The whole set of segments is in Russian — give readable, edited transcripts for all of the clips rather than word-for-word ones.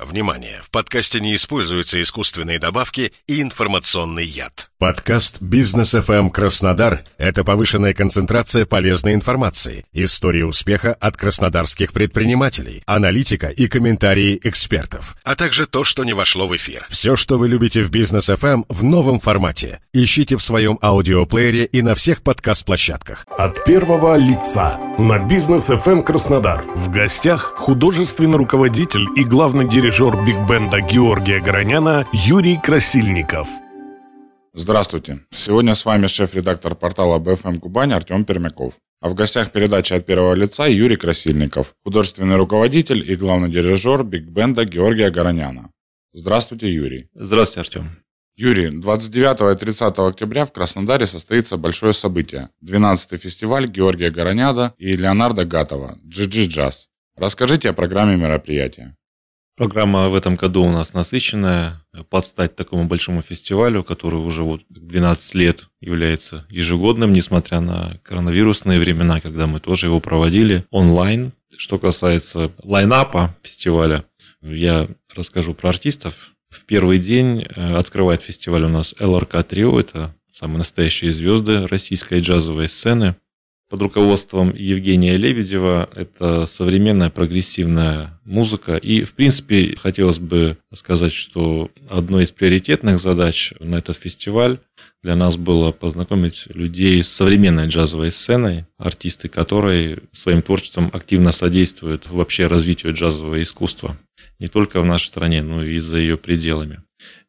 Внимание! В подкасте не используются искусственные добавки и информационный яд. Подкаст «Бизнес FM Краснодар» — это повышенная концентрация полезной информации, истории успеха от краснодарских предпринимателей, аналитика и комментарии экспертов, А также то, что не вошло в эфир. все, что вы любите в «Бизнес FM» в новом формате. Ищите в своем аудиоплеере и на всех подкаст-площадках. От первого лица на Бизнес FM Краснодар. В гостях художественный руководитель и главный дирижер биг-бенда Георгия Гороняна Юрий Красильников. Здравствуйте. Сегодня с вами шеф-редактор портала BFM Кубань Артем Пермяков. А в гостях передачи от первого лица Юрий Красильников, художественный руководитель и главный дирижер биг-бенда Георгия Гороняна. Здравствуйте, Юрий. Здравствуйте, Артем. Юрий, 29 и 30 октября в Краснодаре состоится большое событие. 12-й фестиваль Георгия Гороняна и Леонардо Гаттова «GG Jazz». Расскажите о программе мероприятия. Программа в этом году у нас насыщенная, под стать такому большому фестивалю, который уже 12 лет является ежегодным, несмотря на коронавирусные времена, когда мы тоже его проводили онлайн. Что касается лайнапа фестиваля, я расскажу про артистов. В первый день открывает фестиваль у нас ЛРК Трио, это самые настоящие звезды российской джазовой сцены. Под руководством Евгения Лебедева это современная прогрессивная музыка. И, в принципе, хотелось бы сказать, что одной из приоритетных задач на этот фестиваль для нас было познакомить людей с современной джазовой сценой, артисты которой своим творчеством активно содействуют вообще развитию джазового искусства. Не только в нашей стране, но и за ее пределами.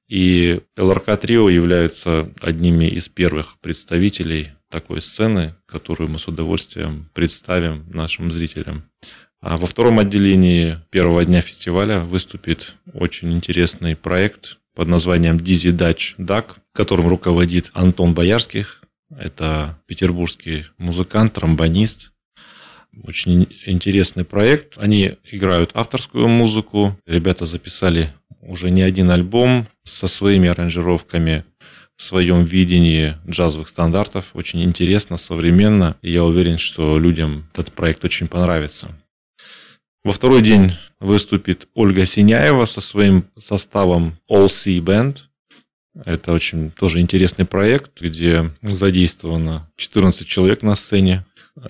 И ЛРК Трио являются одними из первых представителей такой сцены, которую мы с удовольствием представим нашим зрителям. А во втором отделении первого дня фестиваля выступит очень интересный проект под названием Dizzy Dutch Duck, которым руководит Антон Боярских. Это петербургский музыкант, тромбонист. Очень интересный проект. Они играют авторскую музыку. Ребята записали уже не один альбом со своими аранжировками в своем видении джазовых стандартов. Очень интересно, современно. И я уверен, что людям этот проект очень понравится. Во второй день выступит Ольга Синяева со своим составом All Sea Band. Это очень тоже интересный проект, где задействовано 14 человек на сцене.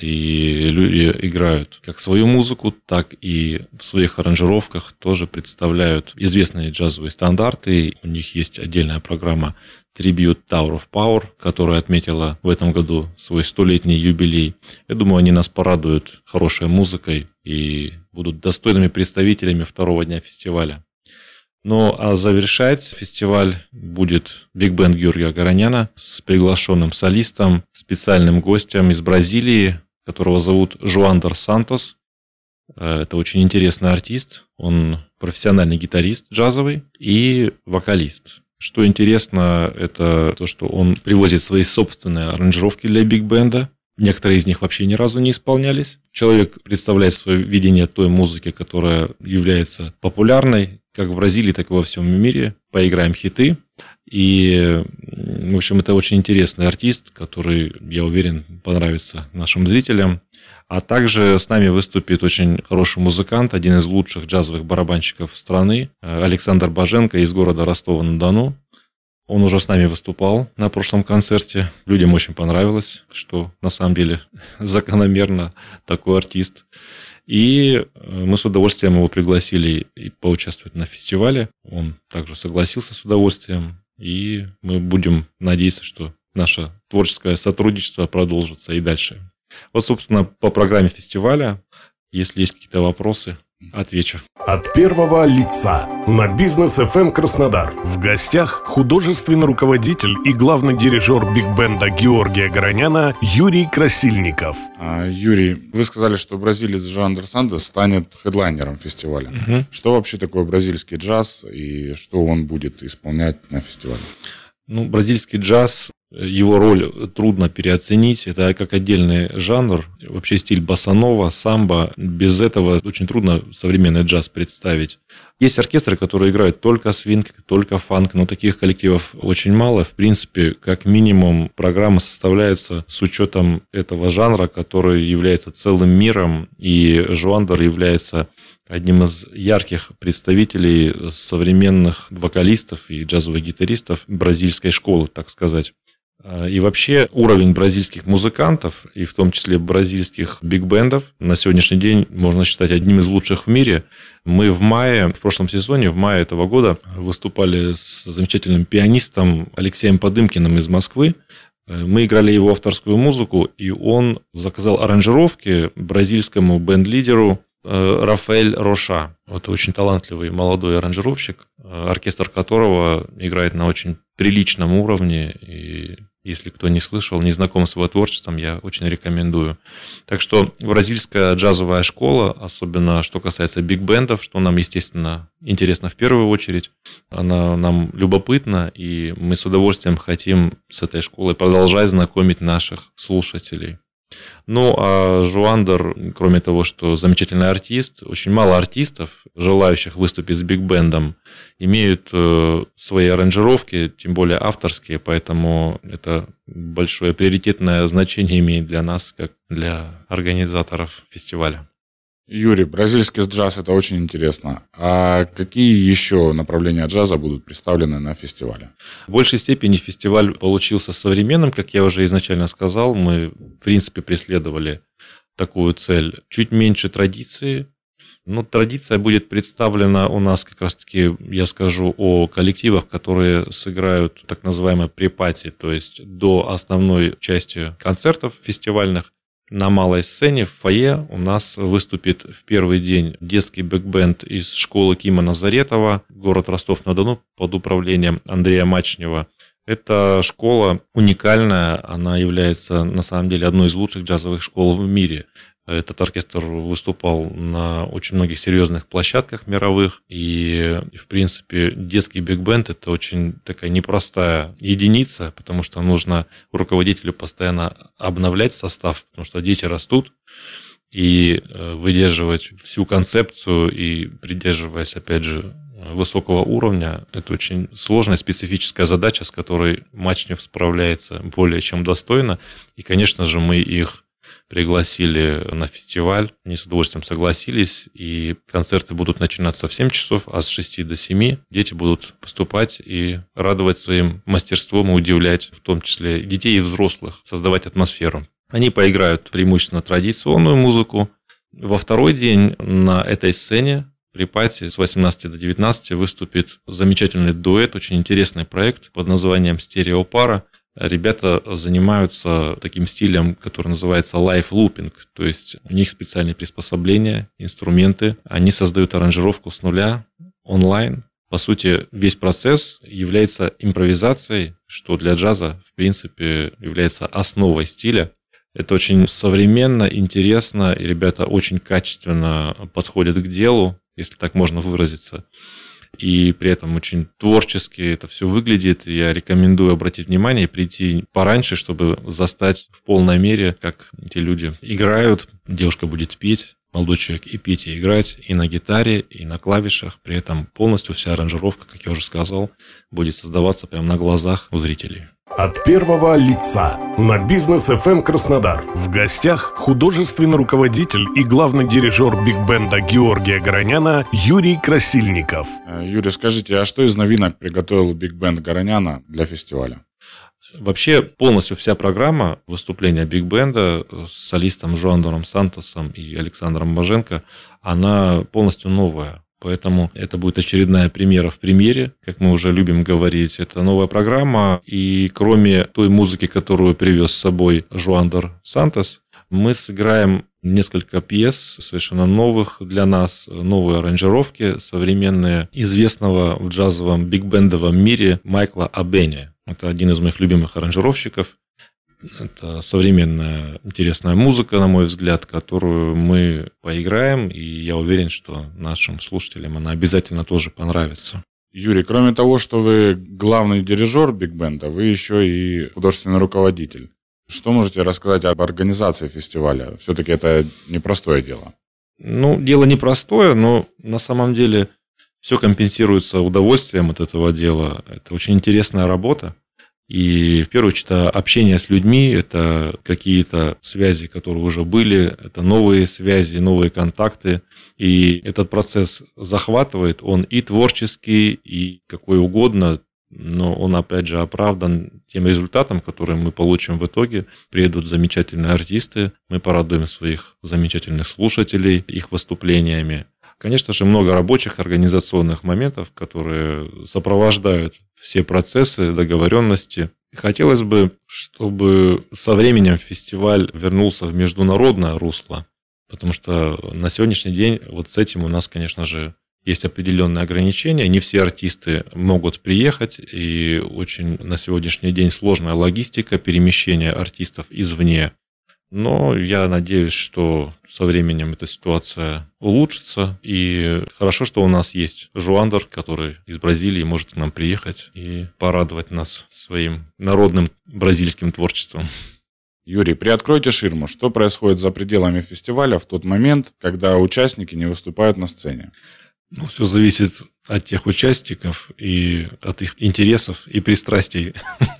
И люди играют как свою музыку, так и в своих аранжировках тоже представляют известные джазовые стандарты. У них есть отдельная программа Tribute Tower of Power, которая отметила в этом году свой 100-летний юбилей. Я думаю, они нас порадуют хорошей музыкой и будут достойными представителями второго дня фестиваля. Ну, а завершать фестиваль будет биг-бенд Георгия Гороняна с приглашенным солистом, специальным гостем из Бразилии, которого зовут Жуандер Сантос. Это очень интересный артист. Он профессиональный гитарист джазовый и вокалист. Что интересно, это то, что он привозит свои собственные аранжировки для биг-бенда. Некоторые из них вообще ни разу не исполнялись. Человек представляет свое видение той музыки, которая является популярной, как в Бразилии, так и во всем мире. Поиграем хиты. И, в общем, это очень интересный артист, который, я уверен, понравится нашим зрителям. А также с нами выступит очень хороший музыкант, один из лучших джазовых барабанщиков страны, Александр Боженко из города Ростова-на-Дону. Он уже с нами выступал на прошлом концерте. Людям очень понравилось, что на самом деле закономерно такой артист. И мы с удовольствием его пригласили и поучаствовать на фестивале. Он также согласился с удовольствием. И мы будем надеяться, что наше творческое сотрудничество продолжится и дальше. Вот, собственно, по программе фестиваля, если есть какие-то вопросы, отвечу. От первого лица на Бизнес FM Краснодар. В гостях художественный руководитель и главный дирижер биг-бенда Георгия Гороняна Юрий Красильников. Юрий, вы сказали, что бразилец Жуандер Сантос станет хедлайнером фестиваля. Что вообще такое бразильский джаз и что он будет исполнять на фестивале? Ну, бразильский джаз, его роль трудно переоценить. Это как отдельный жанр. Вообще стиль босса-нова, самбо. Без этого очень трудно современный джаз представить. Есть оркестры, которые играют только свинг, только фанк, но таких коллективов очень мало. В принципе, как минимум, программа составляется с учетом этого жанра, который является целым миром, и Жуандор является одним из ярких представителей современных вокалистов и джазовых гитаристов бразильской школы, так сказать. И вообще уровень бразильских музыкантов, и в том числе бразильских биг-бендов, на сегодняшний день можно считать одним из лучших в мире. Мы в прошлом сезоне, в мае этого года, выступали с замечательным пианистом Алексеем Подымкиным из Москвы. Мы играли его авторскую музыку, и он заказал аранжировки бразильскому бенд-лидеру Рафаэль Роша. Это очень талантливый молодой аранжировщик, оркестр которого играет на очень приличном уровне. И если кто не слышал, не знаком с его творчеством, я очень рекомендую. Так что бразильская джазовая школа, особенно что касается биг-бендов, что нам, естественно, интересно в первую очередь, она нам любопытна, и мы с удовольствием хотим с этой школой продолжать знакомить наших слушателей. Ну, а Жуандор, кроме того, что замечательный артист, очень мало артистов, желающих выступить с биг-бендом, имеют свои аранжировки, тем более авторские, поэтому это большое приоритетное значение имеет для нас, как для организаторов фестиваля. Юрий, бразильский джаз – это очень интересно. А какие еще направления джаза будут представлены на фестивале? В большей степени фестиваль получился современным, как я уже изначально сказал. Мы, в принципе, преследовали такую цель. Чуть меньше традиции. Но традиция будет представлена у нас как раз-таки, я скажу, о коллективах, которые сыграют так называемое препати, то есть до основной части концертов фестивальных. На малой сцене в фойе у нас выступит в первый день детский биг-бенд из школы Кима Назаретова, город Ростов-на-Дону, под управлением Андрея Мачнева. Эта школа уникальная, она является на самом деле одной из лучших джазовых школ в мире. Этот оркестр выступал на очень многих серьезных площадках мировых, и, в принципе, детский биг-бенд – это очень такая непростая единица, потому что нужно руководителю постоянно обновлять состав, потому что дети растут, и выдерживать всю концепцию и придерживаясь, опять же, высокого уровня, это очень сложная специфическая задача, с которой Мачнев справляется более чем достойно, и, конечно же, мы их пригласили на фестиваль, они с удовольствием согласились, и концерты будут начинаться в 7 часов, а с 6 до 7 дети будут поступать и радовать своим мастерством и удивлять, в том числе детей и взрослых, создавать атмосферу. Они поиграют преимущественно традиционную музыку. Во второй день на этой сцене при пати с 18 до 19 выступит замечательный дуэт, очень интересный проект под названием «Стереопара». Ребята занимаются таким стилем, который называется live-looping, то есть у них специальные приспособления, инструменты, они создают аранжировку с нуля онлайн. По сути, весь процесс является импровизацией, что для джаза, в принципе, является основой стиля. Это очень современно, интересно, и ребята очень качественно подходят к делу, если так можно выразиться. И при этом очень творчески это все выглядит. Я рекомендую обратить внимание и прийти пораньше, чтобы застать в полной мере, как эти люди играют. Девушка будет петь, молодой человек и петь, и играть, и на гитаре, и на клавишах. При этом полностью вся аранжировка, как я уже сказал, будет создаваться прямо на глазах у зрителей. От первого лица на Бизнес FM Краснодар. В гостях художественный руководитель и главный дирижер биг-бенда Георгия Гороняна Юрий Красильников. Юрий, скажите, а что из новинок приготовил биг-бенд Гороняна для фестиваля? Вообще полностью вся программа выступления биг-бенда с солистом Жуандором Сантосом и Александром Боженко, она полностью новая. Поэтому это будет очередная премьера в премьере, как мы уже любим говорить. Это новая программа, и кроме той музыки, которую привез с собой Жуандор Сантос, мы сыграем несколько пьес, совершенно новых для нас, новые аранжировки, современные, известного в джазовом биг-бендовом мире Майкла Абене. Это один из моих любимых аранжировщиков. Это современная интересная музыка, на мой взгляд, которую мы поиграем, и я уверен, что нашим слушателям она обязательно тоже понравится. Юрий, кроме того, что вы главный дирижер биг-бенда, вы еще и художественный руководитель. Что можете рассказать об организации фестиваля? Все-таки это непростое дело. Дело непростое, но на самом деле Все компенсируется удовольствием от этого дела. Это очень интересная работа. И в первую очередь это общение с людьми, это какие-то связи, которые уже были, это новые связи, новые контакты. И этот процесс захватывает, он и творческий, и какой угодно, но он, опять же, оправдан тем результатом, который мы получим в итоге. Приедут замечательные артисты, мы порадуем своих замечательных слушателей их выступлениями. Конечно же, много рабочих организационных моментов, которые сопровождают все процессы, договоренности. Хотелось бы, чтобы со временем фестиваль вернулся в международное русло, потому что на сегодняшний день вот с этим у нас, конечно же, есть определенные ограничения. Не все артисты могут приехать, и очень на сегодняшний день сложная логистика перемещения артистов извне. Но я надеюсь, что со временем эта ситуация улучшится. И хорошо, что у нас есть Жуандер, который из Бразилии может к нам приехать и порадовать нас своим народным бразильским творчеством. Юрий, приоткройте ширму. Что происходит за пределами фестиваля в тот момент, когда участники не выступают на сцене? Все зависит от тех участников и от их интересов и пристрастий.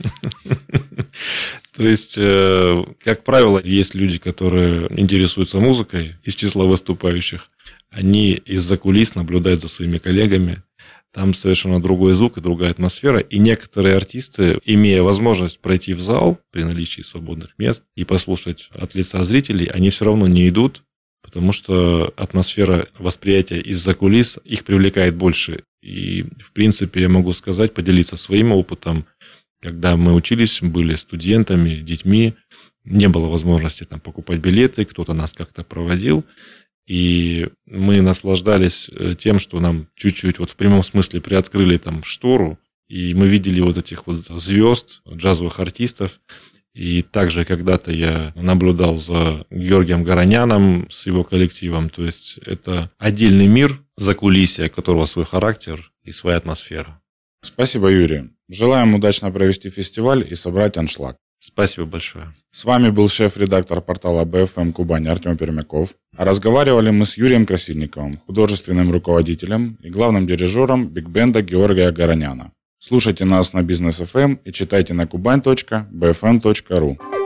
То есть, как правило, есть люди, которые интересуются музыкой из числа выступающих. Они из-за кулис наблюдают за своими коллегами. Там совершенно другой звук и другая атмосфера. И некоторые артисты, имея возможность пройти в зал при наличии свободных мест и послушать от лица зрителей, они все равно не идут, потому что атмосфера восприятия из-за кулис их привлекает больше. И, в принципе, я могу сказать, поделиться своим опытом. Когда мы учились, были студентами, детьми, не было возможности там покупать билеты, кто-то нас как-то проводил. И мы наслаждались тем, что нам чуть-чуть вот в прямом смысле приоткрыли там штору, и мы видели вот этих вот звезд, джазовых артистов. И также когда-то я наблюдал за Георгием Гороняном с его коллективом. То есть это отдельный мир, закулисья которого свой характер и своя атмосфера. Спасибо, Юрий. Желаем удачно провести фестиваль и собрать аншлаг. Спасибо большое. С вами был шеф-редактор портала BFM Кубань Артем Пермяков. А разговаривали мы с Юрием Красильниковым, художественным руководителем и главным дирижером биг-бенда Георгия Гороняна. Слушайте нас на Бизнес FM и читайте на kuban.bfm.ru.